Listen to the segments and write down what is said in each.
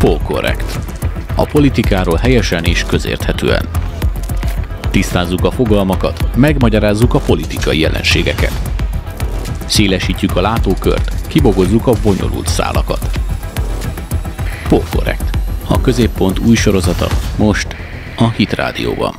Polkorrekt. A politikáról helyesen és közérthetően. Tisztázzuk a fogalmakat, megmagyarázzuk a politikai jelenségeket. Szélesítjük a látókört, kibogozzuk a bonyolult szálakat. Polkorrekt. A Középpont új sorozata most a Hit Rádióban.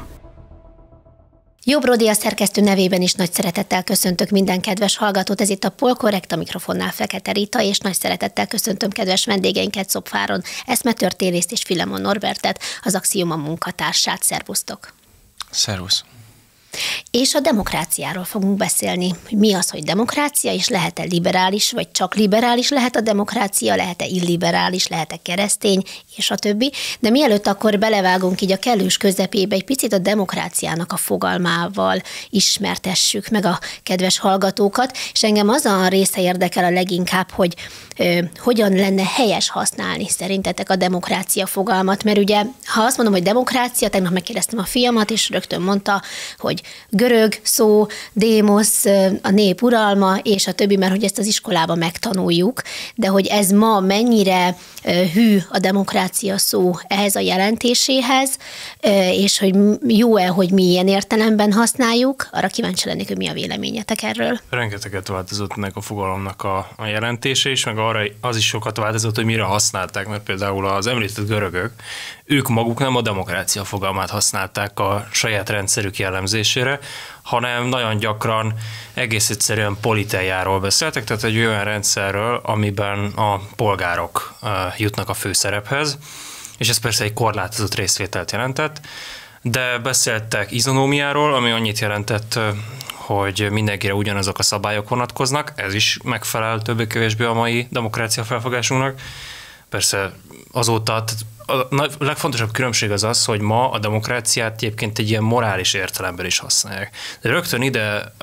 Jobb Rodi a szerkesztő nevében is nagy szeretettel köszöntök minden kedves hallgatót. Ez itt a Polkorrekt, a mikrofonnál Fekete Rita, és nagy szeretettel köszöntöm kedves vendégeinket, Szobfáron eszmetörténészt és Filemon Norbertet, az Axioma munkatársát. Szervusztok! Szervusz! És a demokráciáról fogunk beszélni. Mi az, hogy demokrácia, és lehet-e liberális, vagy csak liberális lehet a demokrácia, lehet-e illiberális, lehet-e keresztény, és a többi. De mielőtt akkor belevágunk így a kellős közepébe, egy picit a demokráciának a fogalmával ismertessük meg a kedves hallgatókat, és engem az a része érdekel a leginkább, hogy hogyan lenne helyes használni szerintetek a demokrácia fogalmat, mert ugye, ha azt mondom, hogy demokrácia, tegnap megkérdeztem a fiamat, és rögtön mondta, hogy görög szó, démosz, a nép uralma, és a többi, mert hogy ezt az iskolában megtanuljuk, de hogy ez ma mennyire hű a demokrácia szó ehhez a jelentéséhez, és hogy jó-e, hogy mi ilyen értelemben használjuk, arra kíváncsi lennék, hogy mi a véleményetek erről. Rengeteget változott ennek a fogalomnak a jelentése is, meg arra az is sokat változott, hogy mire használták, mert például az említett görögök, ők maguk nem a demokrácia fogalmát használták a saját rendszerük jellemzésére, hanem nagyon gyakran egész egyszerűen politeiáról beszéltek, tehát egy olyan rendszerről, amiben a polgárok jutnak a főszerephez, és ez persze egy korlátozott részvételt jelentett, de beszéltek izonómiáról, ami annyit jelentett, hogy mindenkire ugyanazok a szabályok vonatkoznak, ez is megfelel többé-kevésbé a mai demokrácia felfogásunknak. Persze azóta a legfontosabb különbség az, hogy ma a demokráciát egyébként egy ilyen morális értelemben is használják. De rögtön ide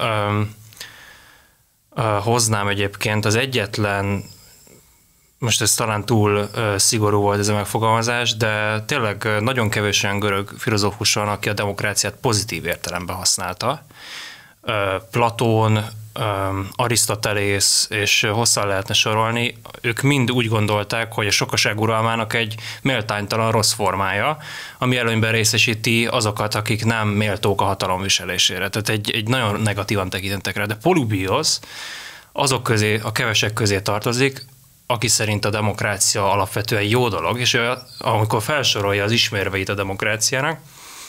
hoznám egyébként az egyetlen, most ez talán túl szigorú volt ez a megfogalmazás, de tényleg nagyon kevés olyan görög filozófus van, aki a demokráciát pozitív értelemben használta. Platón, Arisztotelész, és hosszan lehetne sorolni, ők mind úgy gondolták, hogy a sokaság uralmának egy méltánytalan rossz formája, ami előnyben részesíti azokat, akik nem méltók a hatalom viselésére. Tehát egy nagyon negatívan tekintettek rá. De Polybios azok közé, a kevesek közé tartozik, aki szerint a demokrácia alapvetően jó dolog, és amikor felsorolja az ismérveit a demokráciának,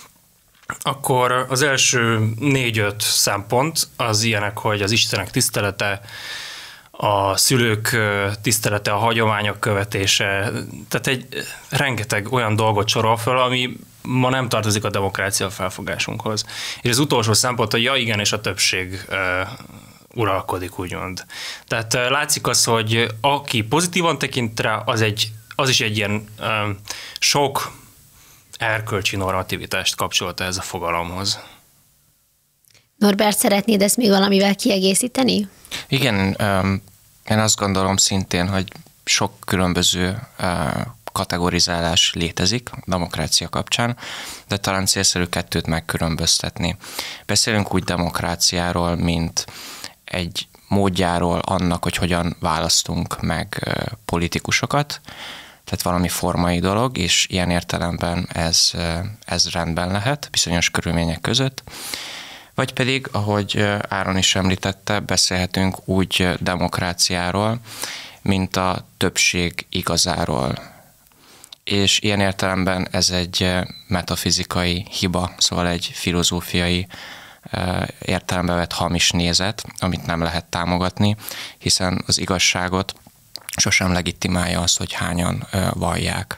akkor az első 4-5 szempont az ilyenek, hogy az Istenek tisztelete, a szülők tisztelete, a hagyományok követése, tehát rengeteg olyan dolgot sorol föl, ami ma nem tartozik a demokrácia felfogásunkhoz. És az utolsó szempont, hogy ja igen, és a többség uralkodik, úgymond. Tehát látszik az, hogy aki pozitívan tekint rá, az is egy ilyen sok erkölcsi normativitást kapcsolta ez a fogalomhoz. Norbert, szeretnéd ezt még valamivel kiegészíteni? Igen, én azt gondolom szintén, hogy sok különböző kategorizálás létezik a demokrácia kapcsán, de talán célszerű kettőt megkülönböztetni. Beszélünk úgy demokráciáról, mint egy módjáról annak, hogy hogyan választunk meg politikusokat, tehát valami formai dolog, és ilyen értelemben ez rendben lehet bizonyos körülmények között. Vagy pedig, ahogy Áron is említette, beszélhetünk úgy demokráciáról, mint a többség igazáról. És ilyen értelemben ez egy metafizikai hiba, szóval egy filozófiai értelembe vett hamis nézet, amit nem lehet támogatni, hiszen az igazságot sosem legitimálja azt, hogy hányan vallják.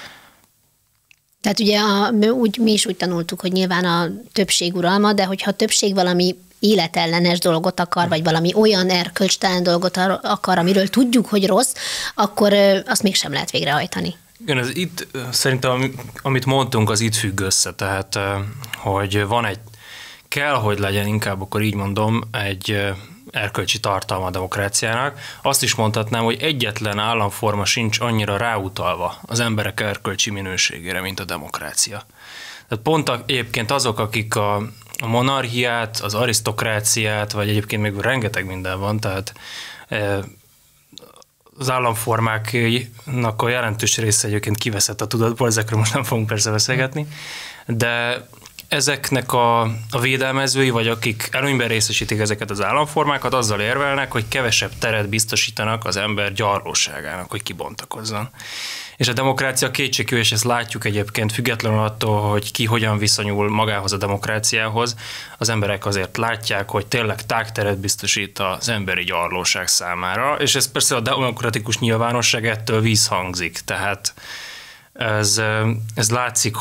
Tehát ugye mi is úgy tanultuk, hogy nyilván a többség uralma, de hogyha a többség valami életellenes dolgot akar, vagy valami olyan erkölcstelen dolgot akar, amiről tudjuk, hogy rossz, akkor azt mégsem lehet végrehajtani. Igen, ez itt szerintem, amit mondtunk, az itt függ össze, tehát hogy kell, hogy legyen, inkább akkor így mondom, egy erkölcsi tartalma a demokráciának. Azt is mondhatnám, hogy egyetlen államforma sincs annyira ráutalva az emberek erkölcsi minőségére, mint a demokrácia. Tehát pont egyébként azok, akik a monarchiát, az arisztokráciát, vagy egyébként még rengeteg minden van, tehát az államformáknak a jelentős része egyébként kiveszett a tudatból, ezekről most nem fogunk persze beszélgetni, de ezeknek a védelmezői, vagy akik előnyben részesítik ezeket az államformákat, azzal érvelnek, hogy kevesebb teret biztosítanak az ember gyarlóságának, hogy kibontakozzon. És a demokrácia kétségkívül, és ezt látjuk egyébként függetlenül attól, hogy ki hogyan viszonyul magához a demokráciához, az emberek azért látják, hogy tényleg tágteret biztosít az emberi gyarlóság számára, és ez persze a demokratikus nyilvánosság ettől vízhangzik, tehát ez látszik,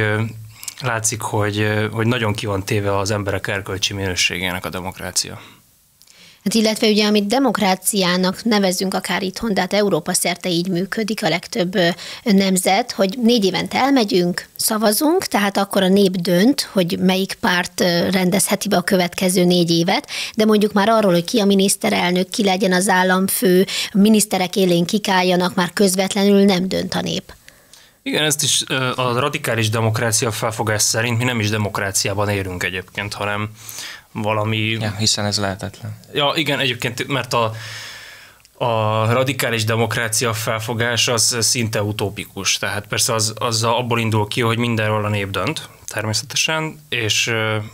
hogy nagyon ki van téve az emberek erkölcsi minőségének a demokrácia. Hát illetve ugye, amit demokráciának nevezünk akár itthon, de hát Európa szerte így működik a legtöbb nemzet, hogy 4 évente elmegyünk, szavazunk, tehát akkor a nép dönt, hogy melyik párt rendezheti be a következő 4 évet, de mondjuk már arról, hogy ki a miniszterelnök, ki legyen az államfő, a miniszterek élén kikáljanak, már közvetlenül nem dönt a nép. Igen, ezt is a radikális demokrácia felfogás szerint mi nem is demokráciában élünk egyébként, hanem valami... Ja, hiszen ez lehetetlen. Ja, igen, egyébként, mert a radikális demokrácia felfogás az szinte utópikus. Tehát persze az abból indul ki, hogy mindenről a nép dönt, természetesen, és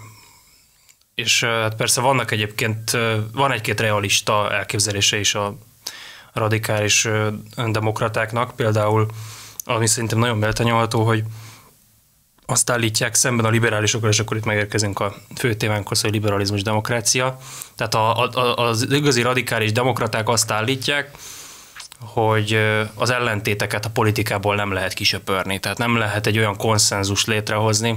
hát persze vannak egyébként, van egy-két realista elképzelése is a radikális demokratáknak, például ami szerintem nagyon beltanyolható, hogy azt állítják szemben a liberálisokkal, és akkor itt megérkezünk a fő témánkhoz, hogy liberalizmus, demokrácia. Tehát az igazi radikális demokraták azt állítják, hogy az ellentéteket a politikából nem lehet kisöpörni. Tehát nem lehet egy olyan konszenzus létrehozni,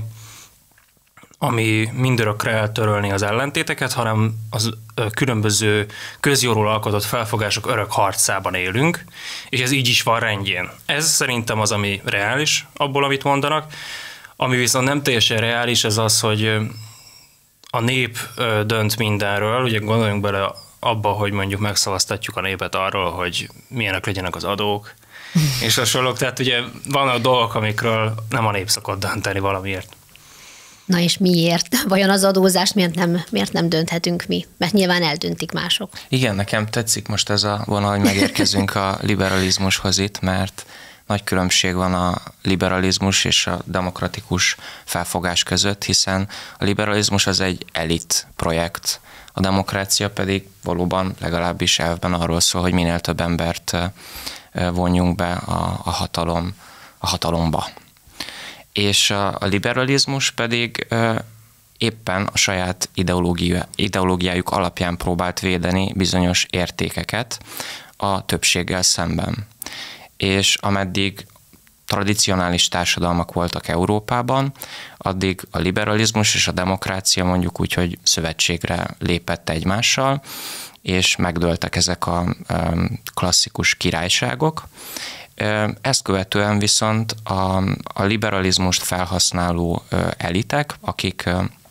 ami mindörökre eltörölni az ellentéteket, hanem az különböző közjóról alkotott felfogások örök harcában élünk, és ez így is van rendjén. Ez szerintem az, ami reális abból, amit mondanak. Ami viszont nem teljesen reális, ez az, hogy a nép dönt mindenről. Ugye gondoljunk bele abba, hogy mondjuk megszavaztatjuk a népet arról, hogy milyenek legyenek az adók, és hasonlók. Tehát ugye vannak dolgok, amikről nem a nép szokott dönteni valamiért. Na és miért? Vajon az adózást miért nem dönthetünk mi? Mert nyilván eldöntik mások. Igen, nekem tetszik most ez a vonal, hogy megérkezünk a liberalizmushoz itt, mert nagy különbség van a liberalizmus és a demokratikus felfogás között, hiszen a liberalizmus az egy elit projekt, a demokrácia pedig valóban legalábbis elvben arról szól, hogy minél több embert vonjunk be a hatalomba. És a liberalizmus pedig éppen a saját ideológiájuk alapján próbált védeni bizonyos értékeket a többséggel szemben. És ameddig tradicionális társadalmak voltak Európában, addig a liberalizmus és a demokrácia mondjuk úgy, hogy szövetségre lépett egymással, és megdőltek ezek a klasszikus királyságok. Ezt követően viszont a liberalizmust felhasználó elitek, akik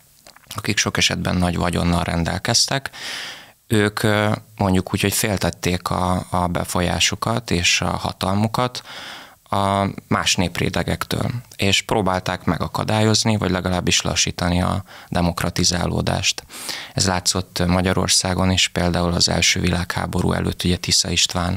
sok esetben nagy vagyonnal rendelkeztek, ők mondjuk úgy, hogy féltették a befolyásukat és a hatalmukat a más néprétegektől, és próbálták megakadályozni, vagy legalábbis lassítani a demokratizálódást. Ez látszott Magyarországon is, például az első világháború előtt, ugye Tisza István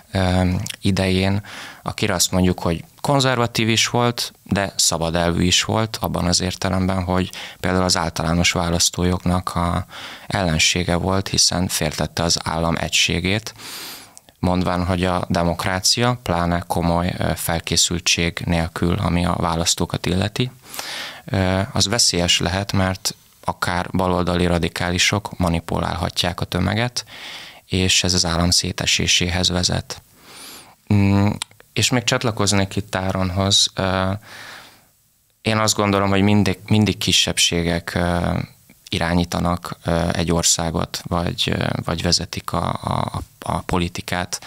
idején, akire azt mondjuk, hogy konzervatív is volt, de szabadelvű is volt, abban az értelemben, hogy például az általános választójognak a ellensége volt, hiszen féltette az állam egységét, mondván, hogy a demokrácia, pláne komoly felkészültség nélkül, ami a választókat illeti, az veszélyes lehet, mert akár baloldali radikálisok manipulálhatják a tömeget, és ez az állam széteséséhez vezet. És még csatlakoznék itt Áronhoz. Én azt gondolom, hogy mindig kisebbségek irányítanak egy országot, vagy vezetik a politikát,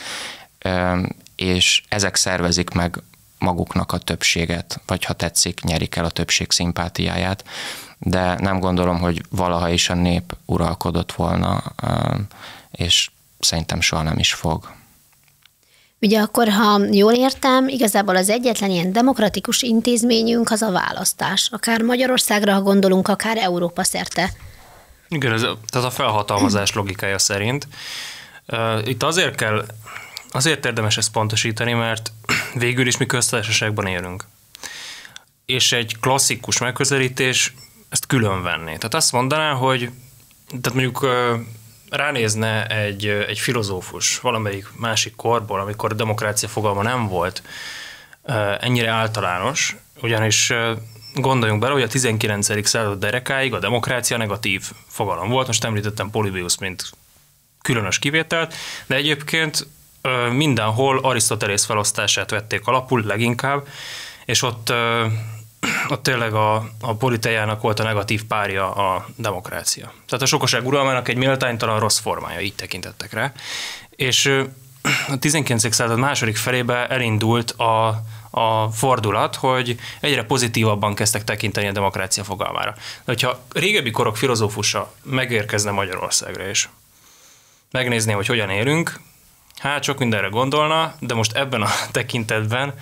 és ezek szervezik meg maguknak a többséget, vagy ha tetszik, nyerik el a többség szimpátiáját, de nem gondolom, hogy valaha is a nép uralkodott volna, és szerintem soha nem is fog. Ugye akkor, ha jól értem, igazából az egyetlen ilyen demokratikus intézményünk az a választás. Akár Magyarországra, ha gondolunk, akár Európa szerte. Igen, tehát a felhatalmazás logikája szerint. Itt azért kell azért érdemes ezt pontosítani, mert végül is mi köztársaságban élünk. És egy klasszikus megközelítés ezt különvenné. Tehát azt mondaná, hogy tehát mondjuk ránézne egy filozófus valamelyik másik korból, amikor a demokrácia fogalma nem volt ennyire általános, ugyanis gondoljunk bele, hogy a 19. század derekáig a demokrácia negatív fogalom volt. Most említettem Polybius, mint különös kivételt, de egyébként mindenhol Arisztotelész felosztását vették alapul leginkább, és ott tényleg a politeiának volt a negatív párja a demokrácia. Tehát a sokaság uralmának egy méltánytalan rossz formája, így tekintettek rá. És a 19. század második felébe elindult a fordulat, hogy egyre pozitívabban kezdtek tekinteni a demokrácia fogalmára. De hogyha régebbi korok filozófusa megérkezne Magyarországra és megnézné, hogy hogyan élünk, hát sok mindenre gondolna, de most ebben a tekintetben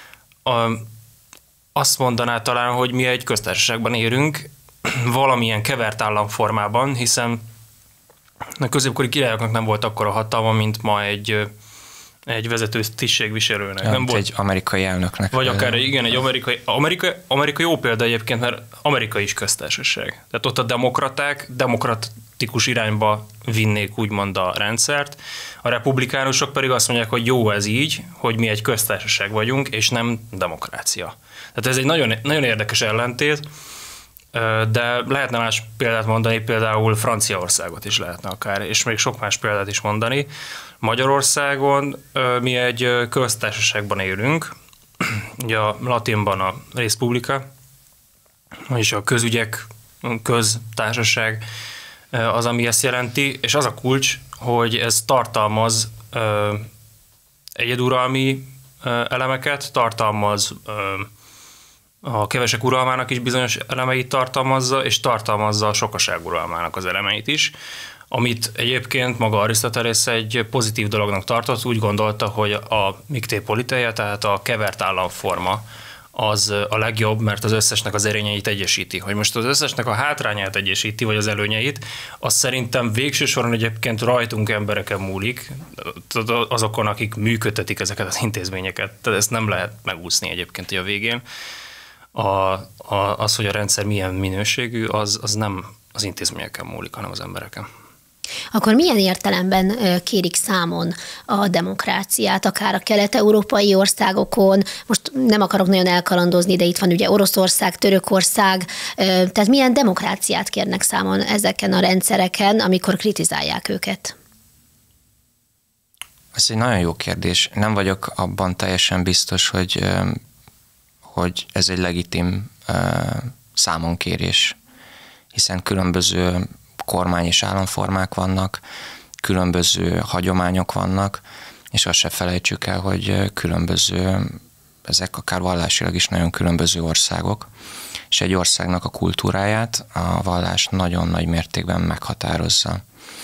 azt mondaná talán, hogy mi egy köztársaságban élünk, valamilyen kevert államformában, hiszen a középkori királyoknak nem volt akkora hatalma, mint ma egy vezető tisztségviselőnek. Ja, nem volt egy amerikai elnöknek. Vagy akár igen, egy amerikai jó példa egyébként, mert Amerika is köztársaság. Tehát ott a demokraták demokratikus irányba vinnék úgymond a rendszert, a republikánusok pedig azt mondják, hogy jó ez így, hogy mi egy köztársaság vagyunk, és nem demokrácia. Tehát ez egy nagyon, nagyon érdekes ellentét, de lehetne más példát mondani, például Franciaországot is lehetne akár, és még sok más példát is mondani. Magyarországon mi egy köztársaságban élünk, ugye a latinban a res publica, vagyis a közügyek köztársaság az, ami ezt jelenti, és az a kulcs, hogy ez tartalmaz egyeduralmi elemeket, tartalmaz a kevesek uralmának is bizonyos elemeit tartalmazza, és tartalmazza a sokaság uralmának az elemeit is, amit egyébként maga Arisztotelész egy pozitív dolognak tartott, úgy gondolta, hogy a micté politeia, tehát a kevert államforma az a legjobb, mert az összesnek az erényeit egyesíti. Hogy most az összesnek a hátrányát egyesíti, vagy az előnyeit, az szerintem végső soron egyébként rajtunk embereken múlik, azokon, akik működtetik ezeket az intézményeket. Tehát ezt nem lehet megúszni egyébként a végén. Az, hogy a rendszer milyen minőségű, az nem az intézményeken múlik, hanem az embereken. Akkor milyen értelemben kérik számon a demokráciát, akár a kelet-európai országokon? Most nem akarok nagyon elkalandozni, de itt van ugye Oroszország, Törökország, tehát milyen demokráciát kérnek számon ezeken a rendszereken, amikor kritizálják őket? Ez egy nagyon jó kérdés. Nem vagyok abban teljesen biztos, hogy ez egy legitim számonkérés, hiszen különböző kormány és államformák vannak, különböző hagyományok vannak, és azt se felejtsük el, hogy ezek akár vallásilag is nagyon különböző országok, és egy országnak a kultúráját a vallás nagyon nagy mértékben meghatározza.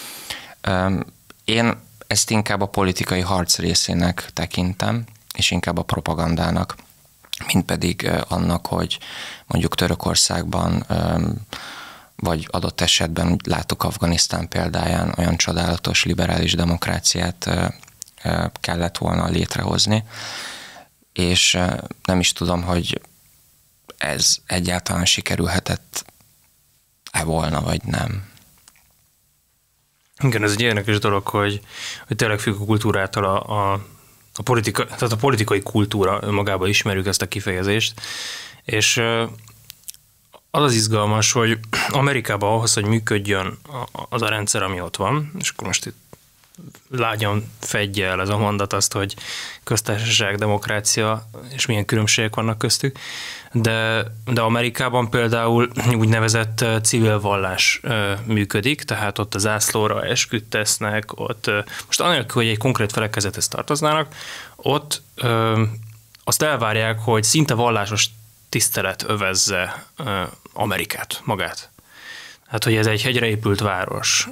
Én ezt inkább a politikai harc részének tekintem, és inkább a propagandának, mint pedig annak, hogy mondjuk Törökországban vagy adott esetben látok Afganisztán példáján olyan csodálatos liberális demokráciát kellett volna létrehozni, és nem is tudom, hogy ez egyáltalán sikerülhetett-e volna, vagy nem. Igen, ez egy érdekes dolog, hogy tényleg függ a kultúrától a politika, tehát a politikai kultúra önmagában ismerjük ezt a kifejezést, és az az izgalmas, hogy Amerikában ahhoz, hogy működjön az a rendszer, ami ott van, és akkor most itt lágyan fedje el ez a mondat azt, hogy köztársaság, demokrácia, és milyen különbségek vannak köztük, de Amerikában például úgynevezett civil vallás működik, tehát ott a zászlóra esküt tesznek, ott most anélkül, hogy egy konkrét felekezethez tartoznának, ott azt elvárják, hogy szinte vallásos tisztelet övezze Amerikát, magát. Hát, hogy ez egy hegyre épült város,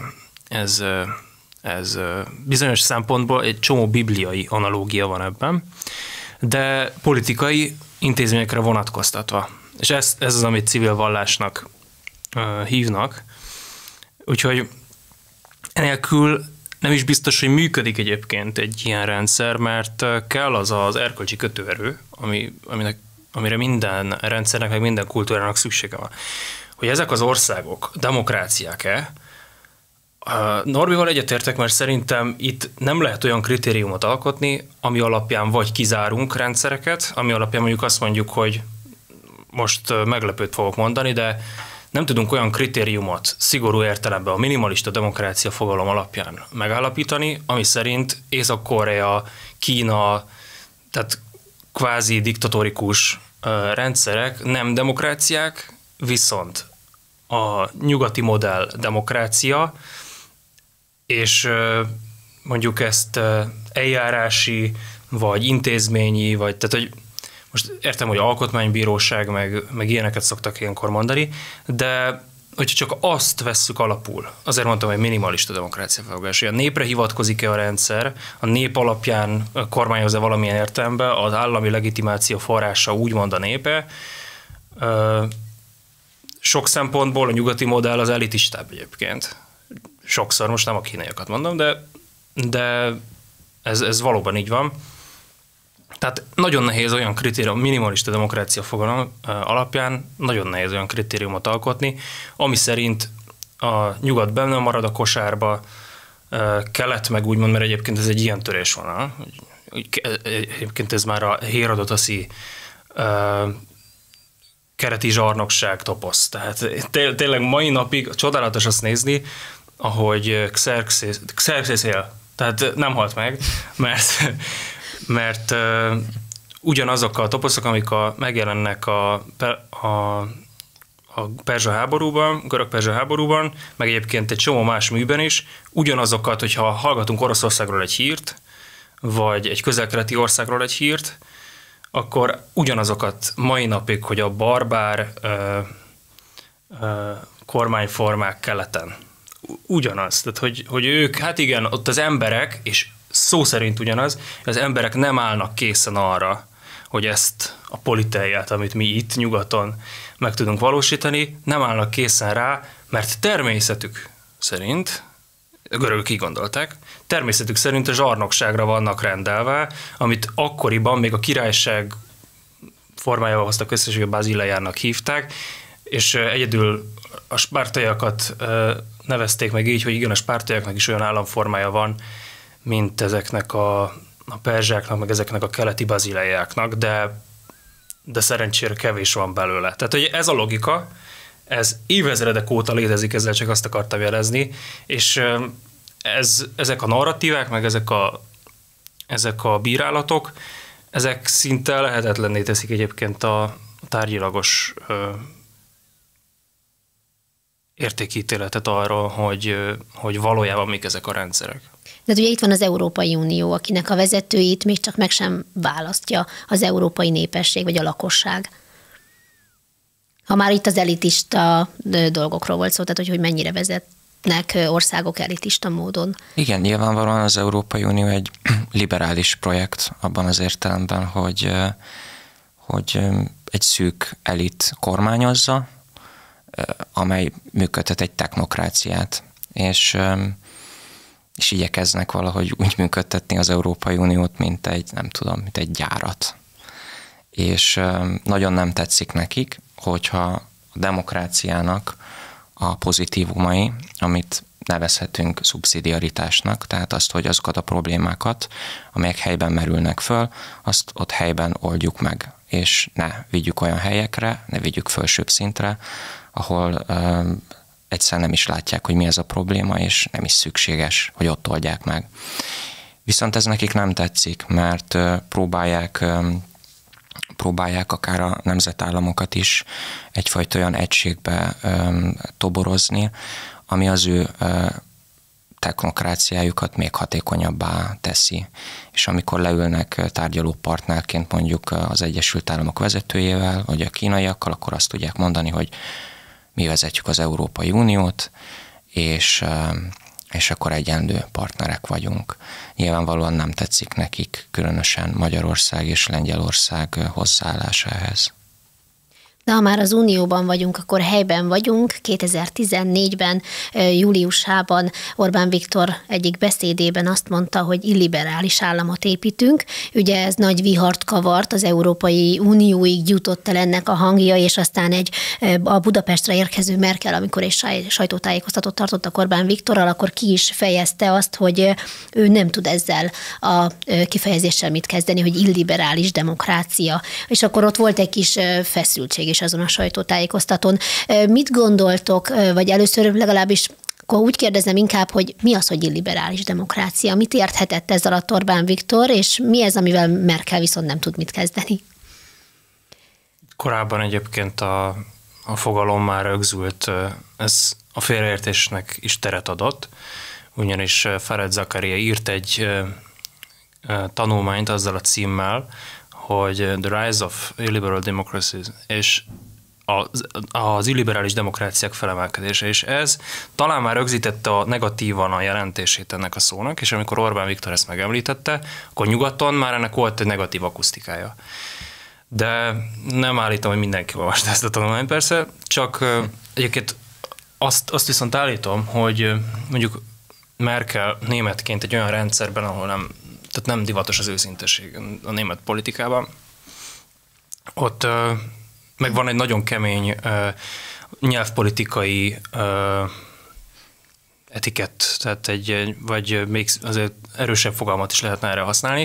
ez bizonyos szempontból egy csomó bibliai analógia van ebben, de politikai intézményekre vonatkoztatva. És ez az, amit civil vallásnak hívnak. Úgyhogy enélkül nem is biztos, hogy működik egyébként egy ilyen rendszer, mert kell az az erkölcsi kötőerő, amire minden rendszernek, meg minden kultúrának szüksége van. Hogy ezek az országok demokráciák-e, Norbival egyetértek, mert szerintem itt nem lehet olyan kritériumot alkotni, ami alapján vagy kizárunk rendszereket, ami alapján mondjuk azt mondjuk, hogy most meglepőt fogok mondani, de nem tudunk olyan kritériumot szigorú értelemben a minimalista demokrácia fogalom alapján megállapítani, ami szerint Észak-Korea, Kína, tehát kvázi diktatórikus rendszerek nem demokráciák, viszont a nyugati modell demokrácia, és mondjuk ezt eljárási, vagy intézményi, vagy tehát, hogy most értem, hogy alkotmánybíróság, meg ilyeneket szoktak ilyenkor mondani, de hogyha csak azt vesszük alapul, azért mondtam, hogy minimalista demokrácia felfogás, hogy a népre hivatkozik-e a rendszer, a nép alapján kormányoz-e valamilyen értelemben, az állami legitimáció forrása úgymond a népe. Sok szempontból a nyugati modell az elitistább egyébként. Sokszor, most nem a kínaiakat mondom, de ez valóban így van. Tehát nagyon nehéz olyan kritérium, minimalista demokrácia fogalom alapján nagyon nehéz olyan kritériumot alkotni, ami szerint a nyugat benne marad a kosárba, kelet meg úgymond, mert egyébként ez egy ilyen törésvonal. Egyébként ez már a Hérodotoszi kereti zsarnokság toposz. Tehát tényleg mai napig csodálatos azt nézni, ahogy Xerxes él. Tehát nem halt meg, mert ugyanazok a toposzok, amik megjelennek a perzsa háborúban, görög-perzsa háborúban, meg egyébként egy csomó más műben is, ugyanazokat, hogyha hallgatunk Oroszországról egy hírt, vagy egy közel-keleti országról egy hírt, akkor ugyanazokat mai napig, hogy a barbár kormányformák keleten. Ugyanaz. Tehát, hogy ők, hát igen, ott az emberek, és szó szerint ugyanaz, az emberek nem állnak készen arra, hogy ezt a politeiát, amit mi itt nyugaton meg tudunk valósítani, nem állnak készen rá, mert természetük szerint, a görögök így gondolták, természetük szerint a zsarnokságra vannak rendelve, amit akkoriban még a királyság formájával hoztak össze, hogy a Bazileiának hívták, és egyedül a spártaiakat nevezték meg így, hogy igen, a spártaiaknak is olyan államformája van, mint ezeknek a perzsáknak, meg ezeknek a keleti bazileiáknak, de szerencsére kevés van belőle. Tehát, hogy ez a logika, ez évezredek óta létezik, ezzel csak azt akartam jelezni, és ezek a narratívák, meg ezek a bírálatok, ezek szinte lehetetlenné teszik egyébként a tárgyilagos értékítéletet arról, hogy valójában mik ezek a rendszerek. De ugye itt van az Európai Unió, akinek a vezetőit még csak meg sem választja az európai népesség, vagy a lakosság. Ha már itt az elitista dolgokról volt szó, tehát hogy mennyire vezetnek országok elitista módon. Igen, nyilvánvalóan az Európai Unió egy liberális projekt abban az értelemben, hogy egy szűk elit kormányozza, amely működtet egy technokráciát, és igyekeznek valahogy úgy működtetni az Európai Uniót, mint egy gyárat. És nagyon nem tetszik nekik, hogyha a demokráciának a pozitívumai, amit nevezhetünk szubszidiaritásnak, tehát azt, hogy azokat a problémákat, amelyek helyben merülnek föl, azt ott helyben oldjuk meg, és ne vigyük olyan helyekre, ne vigyük felsőbb szintre, ahol egyszerűen nem is látják, hogy mi ez a probléma, és nem is szükséges, hogy ott oldják meg. Viszont ez nekik nem tetszik, mert próbálják akár a nemzetállamokat is egyfajta olyan egységbe toborozni, ami az ő technokráciájukat még hatékonyabbá teszi. És amikor leülnek tárgyalópartnerként mondjuk az Egyesült Államok vezetőjével, vagy a kínaiakkal, akkor azt tudják mondani, hogy mi vezetjük az Európai Uniót, és akkor egyenlő partnerek vagyunk. Nyilvánvalóan nem tetszik nekik, különösen Magyarország és Lengyelország hozzáállása ehhez. De ha már az Unióban vagyunk, akkor helyben vagyunk. 2014-ben, júliusában Orbán Viktor egyik beszédében azt mondta, hogy illiberális államot építünk. Ugye ez nagy vihart kavart, az Európai Unióig jutott el ennek a hangja, és aztán a Budapestre érkező Merkel, amikor egy sajtótájékoztatót tartottak Orbán Viktorral, akkor ki is fejezte azt, hogy ő nem tud ezzel a kifejezéssel mit kezdeni, hogy illiberális demokrácia. És akkor ott volt egy kis feszültség is azon a sajtótájékoztatón. Mit gondoltok, vagy először legalábbis akkor úgy kérdezem inkább, hogy mi az, hogy illiberális demokrácia? Mit érthetett ez alatt Orbán Viktor, és mi ez, amivel Merkel viszont nem tud mit kezdeni? Korábban egyébként a fogalom már rögzült, ez a félreértésnek is teret adott, ugyanis Fareed Zakaria írt egy tanulmányt azzal a címmel, hogy The Rise of Illiberal Democracies, és az illiberális demokráciák felemelkedése, és ez talán már rögzítette a negatívan a jelentését ennek a szónak, és amikor Orbán Viktor ezt megemlítette, akkor nyugaton már ennek volt egy negatív akusztikája. De nem állítom, hogy mindenki olvasta ezt a tanulmányt persze, csak egyébként azt viszont állítom, hogy mondjuk Merkel németként egy olyan rendszerben, ahol nem divatos az őszinteség a német politikában, ott meg van egy nagyon kemény nyelvpolitikai etikett, tehát vagy még azért erősebb fogalmat is lehetne erre használni.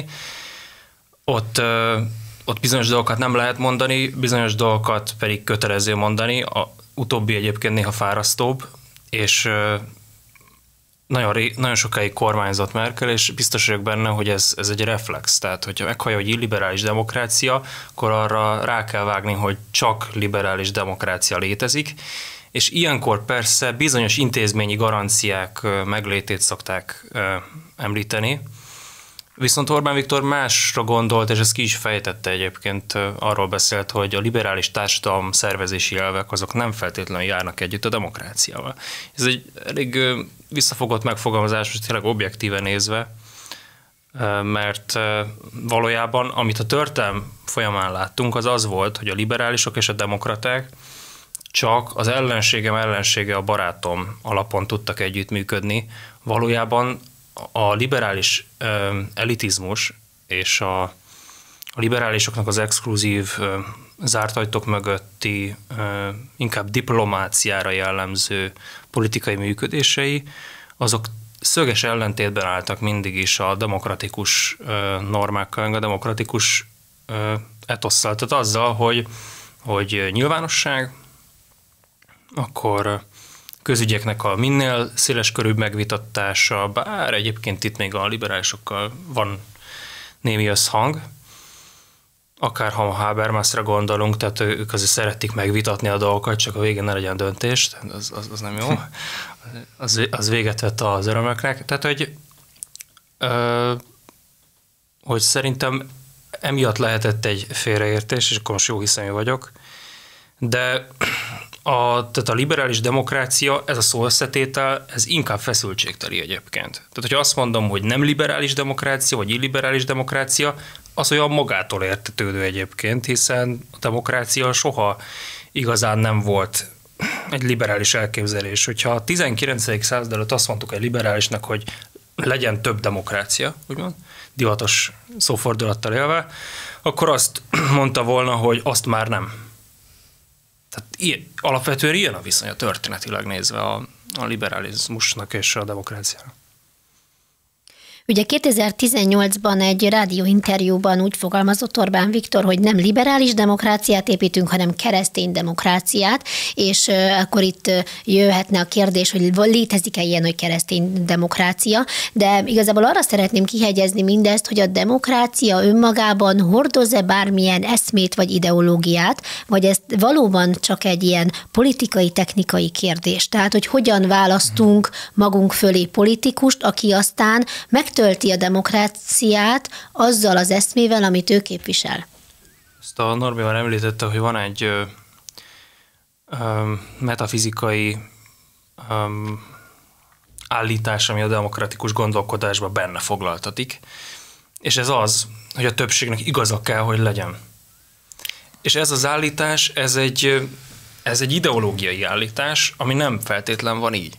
Ott bizonyos dolgokat nem lehet mondani, bizonyos dolgokat pedig kötelező mondani, a utóbbi egyébként néha fárasztóbb, és nagyon sokáig kormányzott Merkel, és biztos vagyok benne, hogy ez egy reflex. Tehát, hogyha meghallja, hogy illiberális demokrácia, akkor arra rá kell vágni, hogy csak liberális demokrácia létezik, és ilyenkor persze bizonyos intézményi garanciák meglétét szokták említeni, viszont Orbán Viktor másra gondolt, és ezt ki is fejtette egyébként, arról beszélt, hogy a liberális társadalom szervezési elvek azok nem feltétlenül járnak együtt a demokráciával. Ez egy elég visszafogott megfogalmazás, most tényleg objektíven nézve, mert valójában, amit a történelem folyamán láttunk, az volt, hogy a liberálisok és a demokraták csak az ellensége a barátom alapon tudtak együttműködni. Valójában a liberális elitizmus és a liberálisoknak az exkluzív zárt ajtók mögötti inkább diplomáciára jellemző politikai működései, azok szöges ellentétben álltak mindig is a demokratikus normákkal, a demokratikus etosszal. Tehát azzal, hogy nyilvánosság, akkor közügyeknek a minél széleskörűbb megvitatása, bár egyébként itt még a liberálisokkal van némi összhang, akár ha Habermasra gondolunk, tehát ők azért szeretik megvitatni a dolgokat, csak a végén ne legyen döntés, az nem jó. Az véget vett az örömöknek. Tehát, hogy szerintem emiatt lehetett egy félreértés, és akkor most jó hiszemű vagyok, de tehát a liberális demokrácia, ez a szó összetétel, ez inkább feszültségteli egyébként. Tehát, hogyha azt mondom, hogy nem liberális demokrácia, vagy illiberális demokrácia, az olyan magától értetődő egyébként, hiszen a demokrácia soha igazán nem volt egy liberális elképzelés. Hogyha a 19. század előtt azt mondtuk egy liberálisnak, hogy legyen több demokrácia, úgymond, divatos szófordulattal élve, akkor azt mondta volna, hogy azt már nem. Tehát alapvetően ilyen a viszony a történetileg nézve a liberalizmusnak és a demokráciának. Ugye 2018-ban egy rádióinterjúban úgy fogalmazott Orbán Viktor, hogy nem liberális demokráciát építünk, hanem keresztény demokráciát, és akkor itt jöhetne a kérdés, hogy létezik-e ilyen, hogy keresztény demokrácia, de igazából arra szeretném kihegyezni mindezt, hogy a demokrácia önmagában hordoz-e bármilyen eszmét vagy ideológiát, vagy ez valóban csak egy ilyen politikai, technikai kérdés. Tehát, hogy hogyan választunk magunk fölé politikust, aki aztán megtölti a demokráciát azzal az eszmével, amit ő képvisel. Ezt a Norbi már említette, hogy van egy metafizikai állítás, ami a demokratikus gondolkodásban benne foglaltatik, és ez az, hogy a többségnek igaza kell, hogy legyen. És ez az állítás, ez egy ideológiai állítás, ami nem feltétlen van így.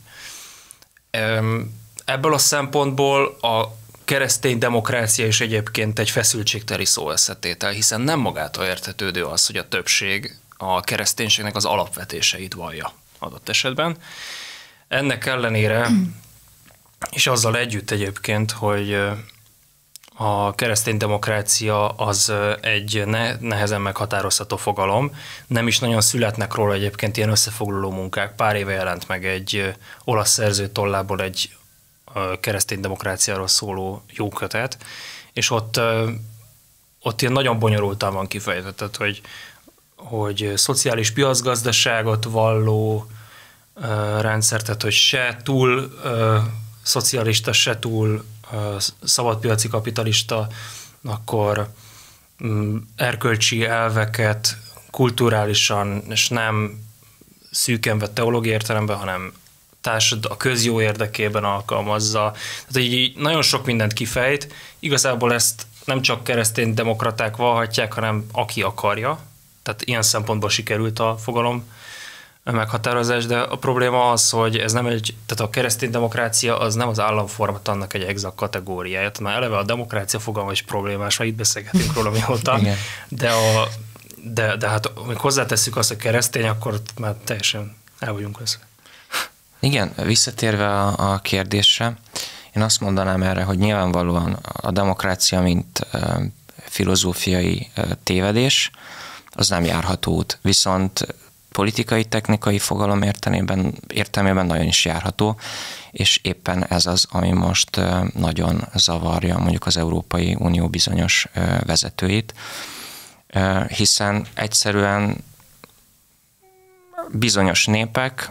Ebből a szempontból a keresztény demokrácia is egyébként egy feszültségteli szóösszetétel, hiszen nem magától értetődő az, hogy a többség a kereszténységnek az alapvetéseit vallja adott esetben. Ennek ellenére, és azzal együtt egyébként, hogy a keresztény demokrácia az egy nehezen meghatározható fogalom, nem is nagyon születnek róla egyébként ilyen összefoglaló munkák. Pár éve jelent meg egy olasz szerző tollából egy keresztény demokráciáról szóló jó kötet, és ott ilyen nagyon bonyolultan van kifejtett, hogy szociális piacgazdaságot valló rendszer, tehát hogy se túl szocialista, se túl szabadpiaci kapitalista, akkor erkölcsi elveket kulturálisan, és nem szűken vett teológiai értelemben, hanem a közjó érdekében alkalmazza. Tehát így nagyon sok mindent kifejt. Igazából ezt nem csak keresztény demokraták vallhatják, hanem aki akarja. Tehát ilyen szempontból sikerült a fogalom meghatározás, de a probléma az, hogy ez nem tehát a keresztény demokrácia az nem az államformat, annak egy exakt kategóriája. Tehát már eleve a demokrácia fogalma is problémás, ha itt beszélgetünk róla mióta, de hát amikor hozzátesszük azt, hogy keresztény, akkor már teljesen el vagyunk össze. Igen, visszatérve a kérdésre, én azt mondanám erre, hogy nyilvánvalóan a demokrácia, mint filozófiai tévedés, az nem járható út. Viszont politikai, technikai fogalom értelmében nagyon is járható, és éppen ez az, ami most nagyon zavarja mondjuk az Európai Unió bizonyos vezetőit, hiszen egyszerűen bizonyos népek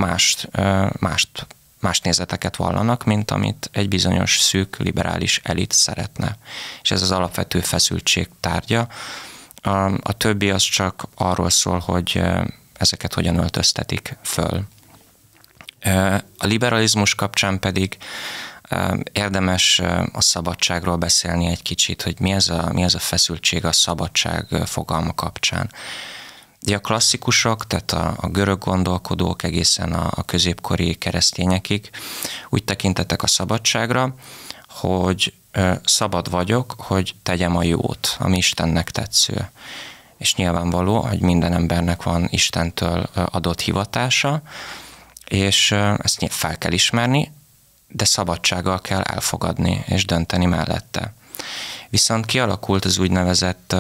más nézeteket vallanak, mint amit egy bizonyos szűk liberális elit szeretne. És ez az alapvető feszültség tárgya. A többi az csak arról szól, hogy ezeket hogyan öltöztetik föl. A liberalizmus kapcsán pedig érdemes a szabadságról beszélni egy kicsit, hogy mi ez a feszültség a szabadság fogalma kapcsán. De a klasszikusok, tehát a görög gondolkodók egészen a középkori keresztényekig úgy tekintettek a szabadságra, hogy szabad vagyok, hogy tegyem a jót, ami Istennek tetsző. És nyilvánvaló, hogy minden embernek van Istentől adott hivatása, és ezt fel kell ismerni, de szabadsággal kell elfogadni és dönteni mellette. Viszont kialakult az úgynevezett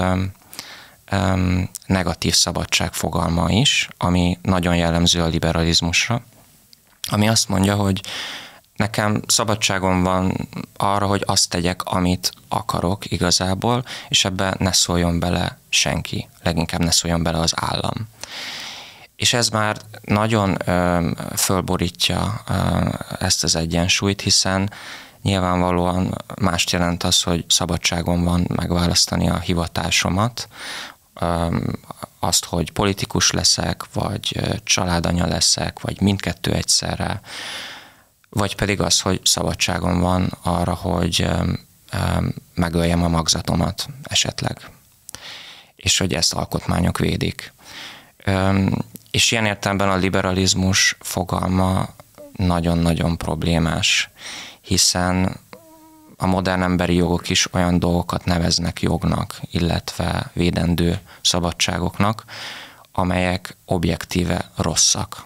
negatív szabadság fogalma is, ami nagyon jellemző a liberalizmusra, ami azt mondja, hogy nekem szabadságom van arra, hogy azt tegyek, amit akarok igazából, és ebbe ne szóljon bele senki, leginkább ne szóljon bele az állam. És ez már nagyon fölborítja ezt az egyensúlyt, hiszen nyilvánvalóan mást jelent az, hogy szabadságom van megválasztani a hivatásomat, azt, hogy politikus leszek, vagy családanya leszek, vagy mindkettő egyszerre, vagy pedig az, hogy szabadságom van arra, hogy megöljem a magzatomat esetleg, és hogy ezt alkotmányok védik. És ilyen értelemben a liberalizmus fogalma nagyon-nagyon problémás, hiszen a modern emberi jogok is olyan dolgokat neveznek jognak, illetve védendő szabadságoknak, amelyek objektíve rosszak.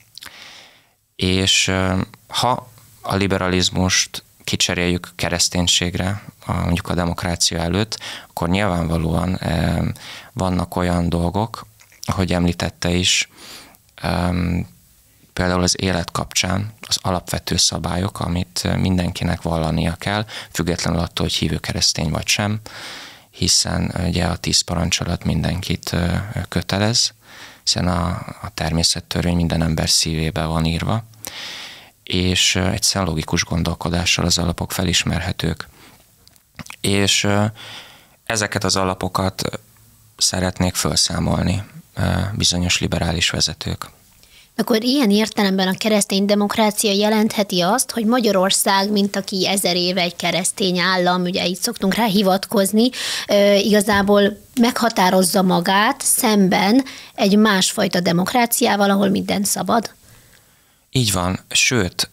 És ha a liberalizmust kicseréljük kereszténységre, mondjuk a demokrácia előtt, akkor nyilvánvalóan vannak olyan dolgok, ahogy említette is, például az élet kapcsán az alapvető szabályok, amit mindenkinek vallania kell, függetlenül attól, hogy hívő keresztény vagy sem, hiszen ugye a 10 parancsolat mindenkit kötelez, hiszen a természettörvény minden ember szívébe van írva, és egyszerűen logikus gondolkodással az alapok felismerhetők. És ezeket az alapokat szeretnék felszámolni bizonyos liberális vezetők. Akkor ilyen értelemben a keresztény demokrácia jelentheti azt, hogy Magyarország, mint aki 1000 éve egy keresztény állam, ugye így szoktunk rá hivatkozni, igazából meghatározza magát szemben egy másfajta demokráciával, ahol minden szabad? Így van, sőt,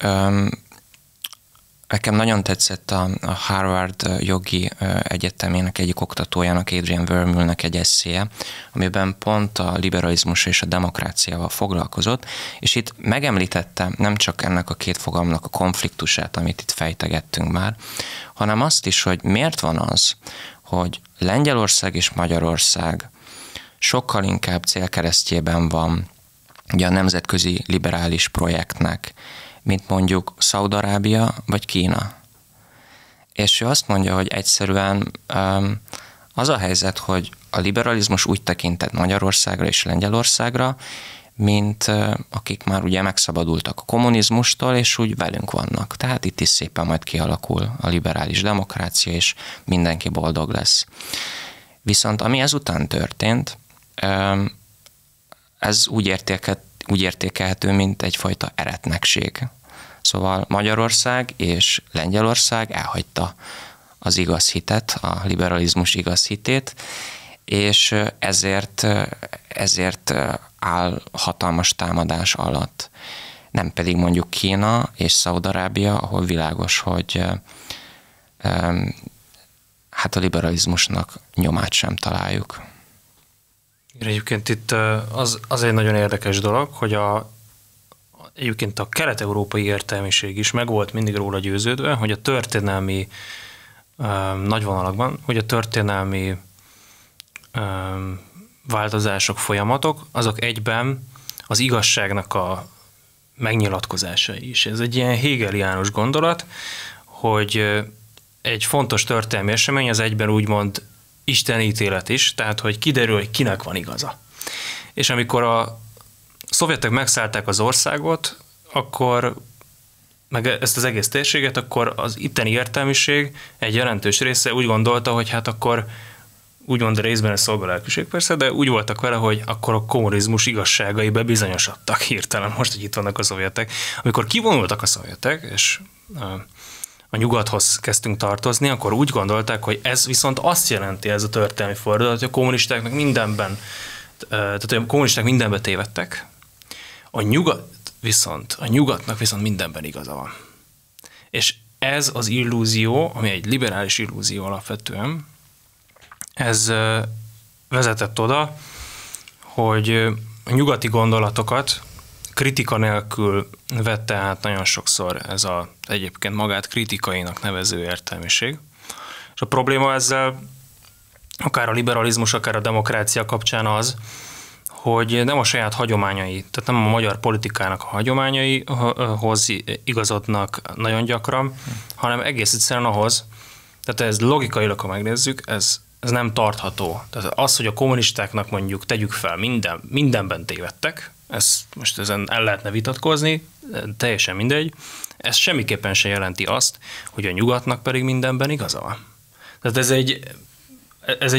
nekem nagyon tetszett a Harvard jogi egyetemének egyik oktatójának, Adrian Vermeullnek egy esszéje, amiben pont a liberalizmus és a demokráciával foglalkozott, és itt megemlítette nem csak ennek a két fogalomnak a konfliktusát, amit itt fejtegettünk már, hanem azt is, hogy miért van az, hogy Lengyelország és Magyarország sokkal inkább célkeresztjében van ugye a nemzetközi liberális projektnek, mint mondjuk Szaúd-Arábia vagy Kína. És ő azt mondja, hogy egyszerűen az a helyzet, hogy a liberalizmus úgy tekintett Magyarországra és Lengyelországra, mint akik már ugye megszabadultak a kommunizmustól, és úgy velünk vannak. Tehát itt is szépen majd kialakul a liberális demokrácia, és mindenki boldog lesz. Viszont ami ezután történt, ez úgy értékelhető, mint egyfajta eretnekség. Szóval Magyarország és Lengyelország elhagyta az igaz hitet, a liberalizmus igaz hitét, és ezért áll hatalmas támadás alatt. Nem pedig mondjuk Kína és Szaúd-Arábia, ahol világos, hogy hát a liberalizmusnak nyomát sem találjuk. Egyébként itt az egy nagyon érdekes dolog, hogy egyébként a kelet-európai értelmiség is meg volt mindig róla győződve, hogy a történelmi nagy vonalakban, hogy a történelmi változások, folyamatok, azok egyben az igazságnak a megnyilatkozásai is. Ez egy ilyen hegeliánus gondolat, hogy egy fontos történelmi esemény az egyben úgymond Isten ítélet is, tehát hogy kiderül, hogy kinek van igaza. És amikor a szovjetek megszállták az országot, akkor meg ezt az egész térséget, akkor az itteni értelmiség egy jelentős része úgy gondolta, hogy hát akkor úgymond részben ez szolgalelkűség persze, de úgy voltak vele, hogy akkor a kommunizmus igazságai bebizonyosodtak hirtelen, most, hogy itt vannak a szovjetek. Amikor kivonultak a szovjetek, és a nyugathoz kezdtünk tartozni, akkor úgy gondolták, hogy ez viszont azt jelenti, ez a történelmi fordulat, hogy a kommunistáknak mindenben, tehát a kommunisták mindenben tévedtek, a nyugatnak viszont mindenben igaza van. És ez az illúzió, ami egy liberális illúzió alapvetően, ez vezetett oda, hogy a nyugati gondolatokat kritika nélkül vette át nagyon sokszor ez egyébként magát kritikainak nevező értelmiség. És a probléma ezzel, akár a liberalizmus, akár a demokrácia kapcsán az, hogy nem a saját hagyományai, tehát nem a magyar politikának a hagyományaihoz igazodnak nagyon gyakran, hanem egész egyszerűen ahhoz, tehát ez logikailag, ha megnézzük, ez nem tartható. Tehát az, hogy a kommunistáknak mondjuk tegyük fel, mindenben tévedtek, most ezen el lehetne vitatkozni, teljesen mindegy, ez semmiképpen sem jelenti azt, hogy a nyugatnak pedig mindenben igaza van. Tehát ez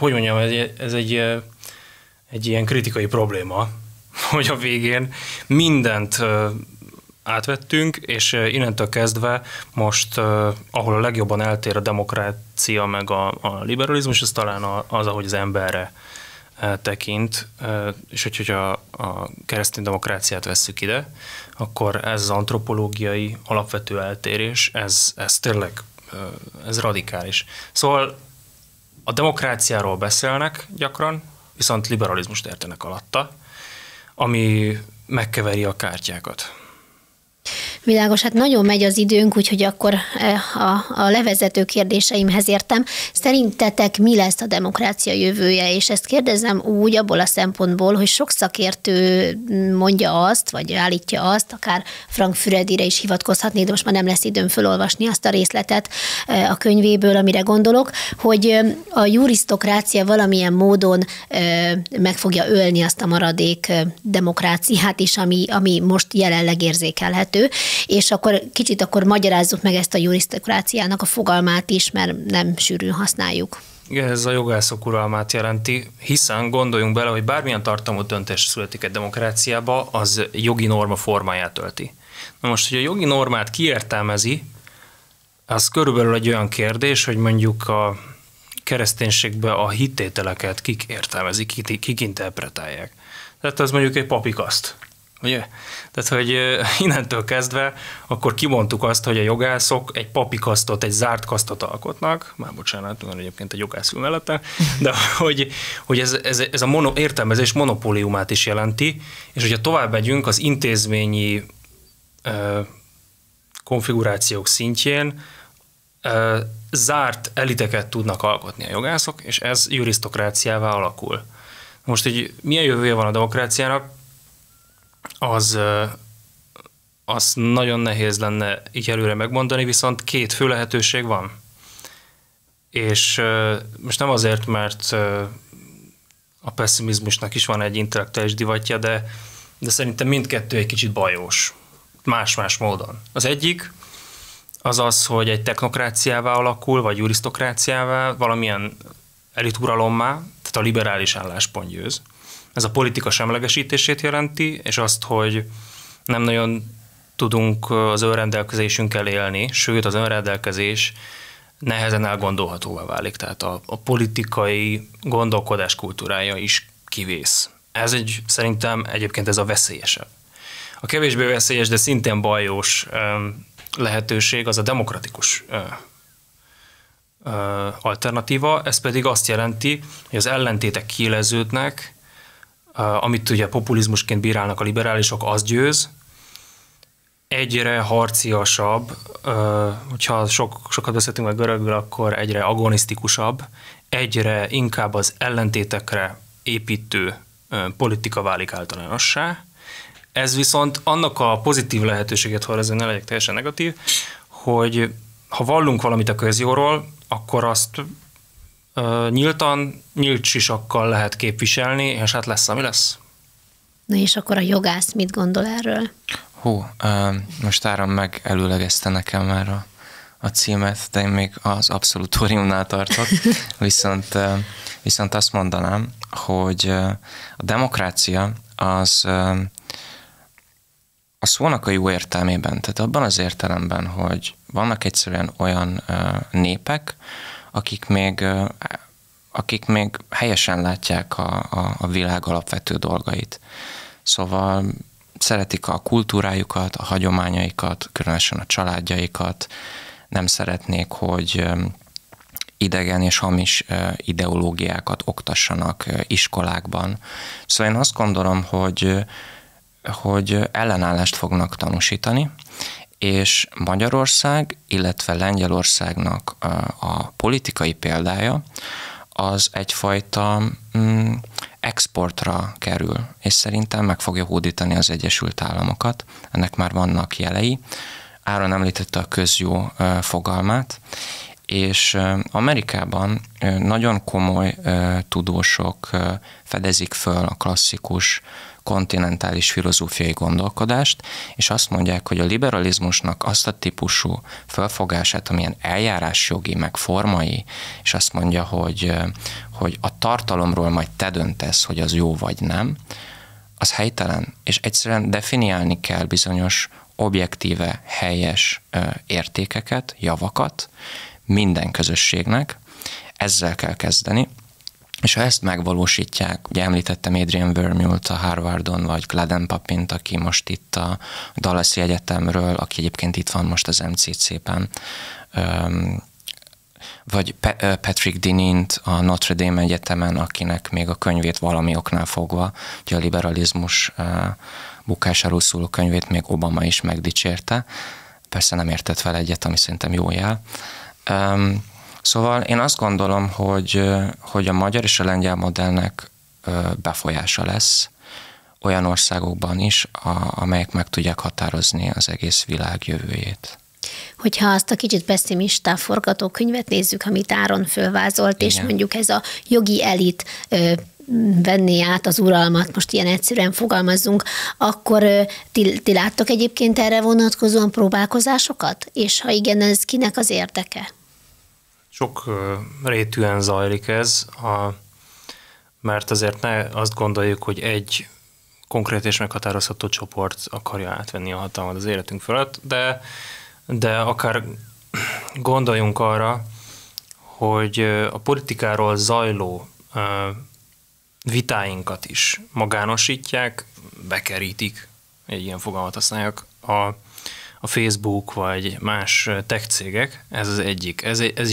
egy ilyen kritikai probléma, hogy a végén mindent átvettünk, és innentől kezdve most, ahol a legjobban eltér a demokrácia meg a liberalizmus, az talán az, ahogy az emberre tekint, és hogyha a keresztény demokráciát vesszük ide, akkor ez az antropológiai alapvető eltérés, ez tényleg ez radikális. Szóval a demokráciáról beszélnek gyakran, viszont liberalizmust értenek alatta, ami megkeveri a kártyákat. Világos, hát nagyon megy az időnk, úgyhogy akkor a levezető kérdéseimhez értem. Szerintetek mi lesz a demokrácia jövője? És ezt kérdezem úgy abból a szempontból, hogy sok szakértő mondja azt, vagy állítja azt, akár Frank Füredire is hivatkozhatnék, de most már nem lesz időm felolvasni azt a részletet a könyvéből, amire gondolok, hogy a jurisztokrácia valamilyen módon meg fogja ölni azt a maradék demokráciát is, ami most jelenleg érzékelhető. És akkor kicsit magyarázzuk meg ezt a jurisztokráciának a fogalmát is, mert nem sűrűn használjuk. Ez a jogászok uralmát jelenti, hiszen gondoljunk bele, hogy bármilyen tartalmú döntés születik egy demokráciába, az jogi norma formáját ölti. Na most, hogy a jogi normát kiértelmezi, az körülbelül egy olyan kérdés, hogy mondjuk a kereszténységben a hittételeket kik értelmezik, kik interpretálják. Tehát az mondjuk egy papikaszt. Ugye? Tehát, hogy innentől kezdve akkor kimondtuk azt, hogy a jogászok egy papikasztot, egy zárt kasztot alkotnak, már bocsánat, van egyébként egy jogász ül mellette, de hogy ez a értelmezés monopóliumát is jelenti, és hogyha tovább megyünk az intézményi konfigurációk szintjén, zárt eliteket tudnak alkotni a jogászok, és ez jurisztokráciává alakul. Most, hogy milyen jövője van a demokráciának, az nagyon nehéz lenne így előre megmondani, viszont két fő lehetőség van. És most nem azért, mert a pessimizmusnak is van egy intellektuális divatja, de szerintem mindkettő egy kicsit bajós. Más-más módon. Az egyik az az, hogy egy technokráciává alakul, vagy jurisztokráciává, valamilyen elituralommá, tehát a liberális álláspont győz. Ez a politika semlegesítését jelenti, és azt, hogy nem nagyon tudunk az önrendelkezésünkkel élni, sőt az önrendelkezés nehezen elgondolhatóvá válik, tehát a politikai gondolkodás kultúrája is kivész. Szerintem egyébként ez a veszélyesebb. A kevésbé veszélyes, de szintén bajós lehetőség az a demokratikus alternatíva, ez pedig azt jelenti, hogy az ellentétek kiéleződnek, amit ugye populizmusként bírálnak a liberálisok, az győz, egyre harciasabb, hogyha sokat beszéltünk meg görögül, akkor egyre agonisztikusabb, egyre inkább az ellentétekre építő politika válik általánossá. Ez viszont annak a pozitív lehetőséget hordozza, ne legyek teljesen negatív, hogy ha vallunk valamit a közjóról, akkor azt nyílt sisakkal lehet képviselni, és hát lesz, ami lesz. Na és akkor a jogász mit gondol erről? Most Áron meg előlegezte nekem már a címet, de én még az abszolutóriumnál tartok, viszont azt mondanám, hogy a demokrácia az a szónak a jó értelmében, tehát abban az értelemben, hogy vannak egyszerűen olyan népek, akik még helyesen látják a világ alapvető dolgait. Szóval szeretik a kultúrájukat, a hagyományaikat, különösen a családjaikat, nem szeretnék, hogy idegen és hamis ideológiákat oktassanak iskolákban. Szóval én azt gondolom, hogy ellenállást fognak tanúsítani, és Magyarország, illetve Lengyelországnak a politikai példája az egyfajta exportra kerül, és szerintem meg fogja hódítani az Egyesült Államokat. Ennek már vannak jelei. Áron említette a közjó fogalmát, és Amerikában nagyon komoly tudósok fedezik föl a klasszikus kontinentális filozófiai gondolkodást, és azt mondják, hogy a liberalizmusnak azt a típusú felfogását, amilyen eljárásjogi, meg formai, és azt mondja, hogy a tartalomról majd te döntesz, hogy az jó vagy nem, az helytelen, és egyszerűen definiálni kell bizonyos objektíve, helyes értékeket, javakat minden közösségnek, ezzel kell kezdeni, és ha ezt megvalósítják, ugye említettem Adrian Vermeult a Harvardon, vagy Gladden Papint, aki most itt a Dallasi Egyetemről, aki egyébként itt van most az MCC-ben, vagy Patrick Dinint a Notre Dame Egyetemen, akinek még a könyvét valami oknál fogva, ugye a liberalizmus bukásáról szóló könyvét még Obama is megdicsérte. Persze nem értett vele egyet, ami szerintem jó jel. Szóval én azt gondolom, hogy a magyar és a lengyel modellnek befolyása lesz olyan országokban is, amelyek meg tudják határozni az egész világ jövőjét. Hogyha azt a kicsit pessimistább forgatókönyvet nézzük, amit Áron fölvázolt, igen, és mondjuk ez a jogi elit venné át az uralmat, most ilyen egyszerűen fogalmazzunk, akkor ti láttok egyébként erre vonatkozóan próbálkozásokat? És ha igen, ez kinek az érdeke? Sok rétűen zajlik ez, mert azért ne azt gondoljuk, hogy egy konkrét és meghatározható csoport akarja átvenni a hatalmat az életünk fölött, de akár gondoljunk arra, hogy a politikáról zajló vitáinkat is magánosítják, bekerítik, egy ilyen fogalmat használják, a Facebook vagy más tech cégek, ez az egyik. Ez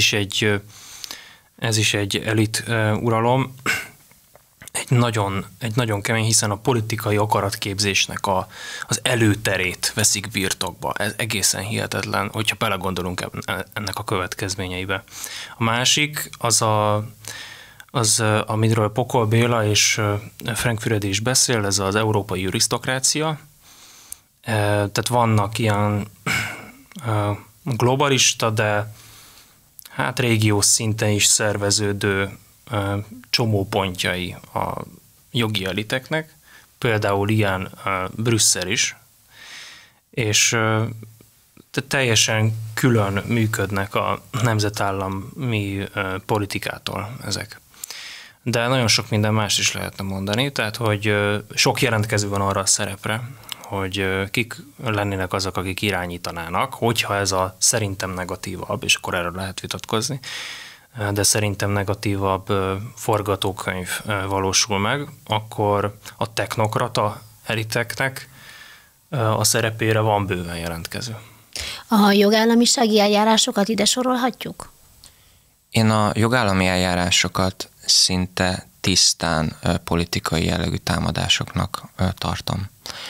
is egy elit uralom, egy nagyon kemény, hiszen a politikai akaratképzésnek az előterét veszik birtokba. Ez egészen hihetetlen, hogyha belegondolunk ennek a következményeibe. A másik az, amiről Pokol Béla és Frank Füredi is beszél, ez az európai jurisztokrácia. Tehát vannak ilyen globalista, de hát régiós szinten is szerveződő csomópontjai a jogi eliteknek, például ilyen Brüsszel is, és teljesen külön működnek a nemzetállami politikától ezek. De nagyon sok minden más is lehetne mondani, tehát hogy sok jelentkező van arra a szerepre, hogy kik lennének azok, akik irányítanának, hogyha ez a szerintem negatívabb, és akkor erről lehet vitatkozni, de szerintem negatívabb forgatókönyv valósul meg, akkor a technokrata eliteknek a szerepére van bőven jelentkező. A jogállamisági eljárásokat ide sorolhatjuk? Én a jogállami eljárásokat szinte tisztán politikai jellegű támadásoknak tartom.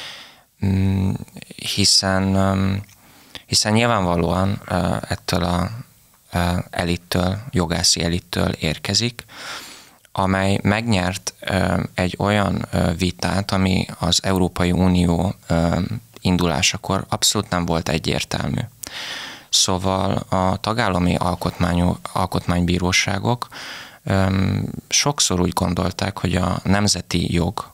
Hiszen nyilvánvalóan ettől a jogászi elittől érkezik, amely megnyert egy olyan vitát, ami az Európai Unió indulásakor abszolút nem volt egyértelmű. Szóval a tagállami alkotmánybíróságok sokszor úgy gondolták, hogy a nemzeti jog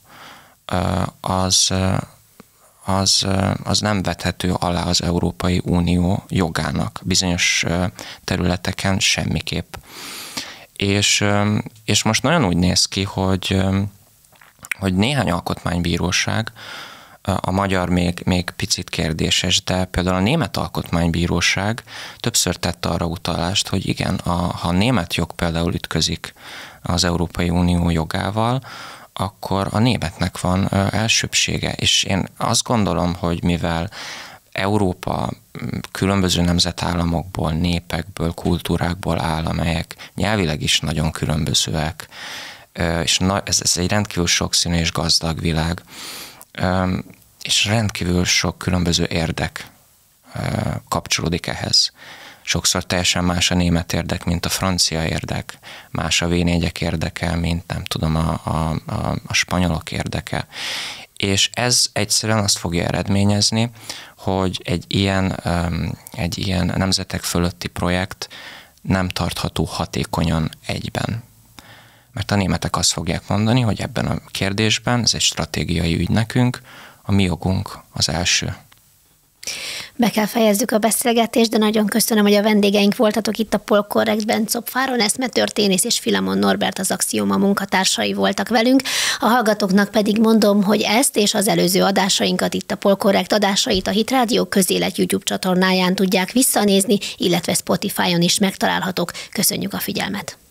az nem vethető alá az Európai Unió jogának, bizonyos területeken semmiképp. És most nagyon úgy néz ki, hogy néhány alkotmánybíróság, a magyar még picit kérdéses, de például a német alkotmánybíróság többször tette arra utalást, hogy igen, ha a német jog például ütközik az Európai Unió jogával, akkor a németnek van elsőbbsége. És én azt gondolom, hogy mivel Európa különböző nemzetállamokból, népekből, kultúrákból áll, amelyek nyelvileg is nagyon különbözőek, és ez egy rendkívül sokszínű és gazdag világ, és rendkívül sok különböző érdek kapcsolódik ehhez. Sokszor teljesen más a német érdek, mint a francia érdek, más a V4-ek érdeke, mint nem tudom, a spanyolok érdeke. És ez egyszerűen azt fogja eredményezni, hogy egy ilyen nemzetek fölötti projekt nem tartható hatékonyan egyben. Mert a németek azt fogják mondani, hogy ebben a kérdésben, ez egy stratégiai ügy nekünk, a mi jogunk az első. Be kell fejezzük a beszélgetést, de nagyon köszönöm, hogy a vendégeink voltatok itt a Polkorrektben. Czopf-Áron eszmetörténész és Filamon Norbert az Axioma munkatársai voltak velünk. A hallgatóknak pedig mondom, hogy ezt és az előző adásainkat, itt a Polkorrekt adásait a Hit Rádió Közélet YouTube csatornáján tudják visszanézni, illetve Spotify-on is megtalálhatók. Köszönjük a figyelmet!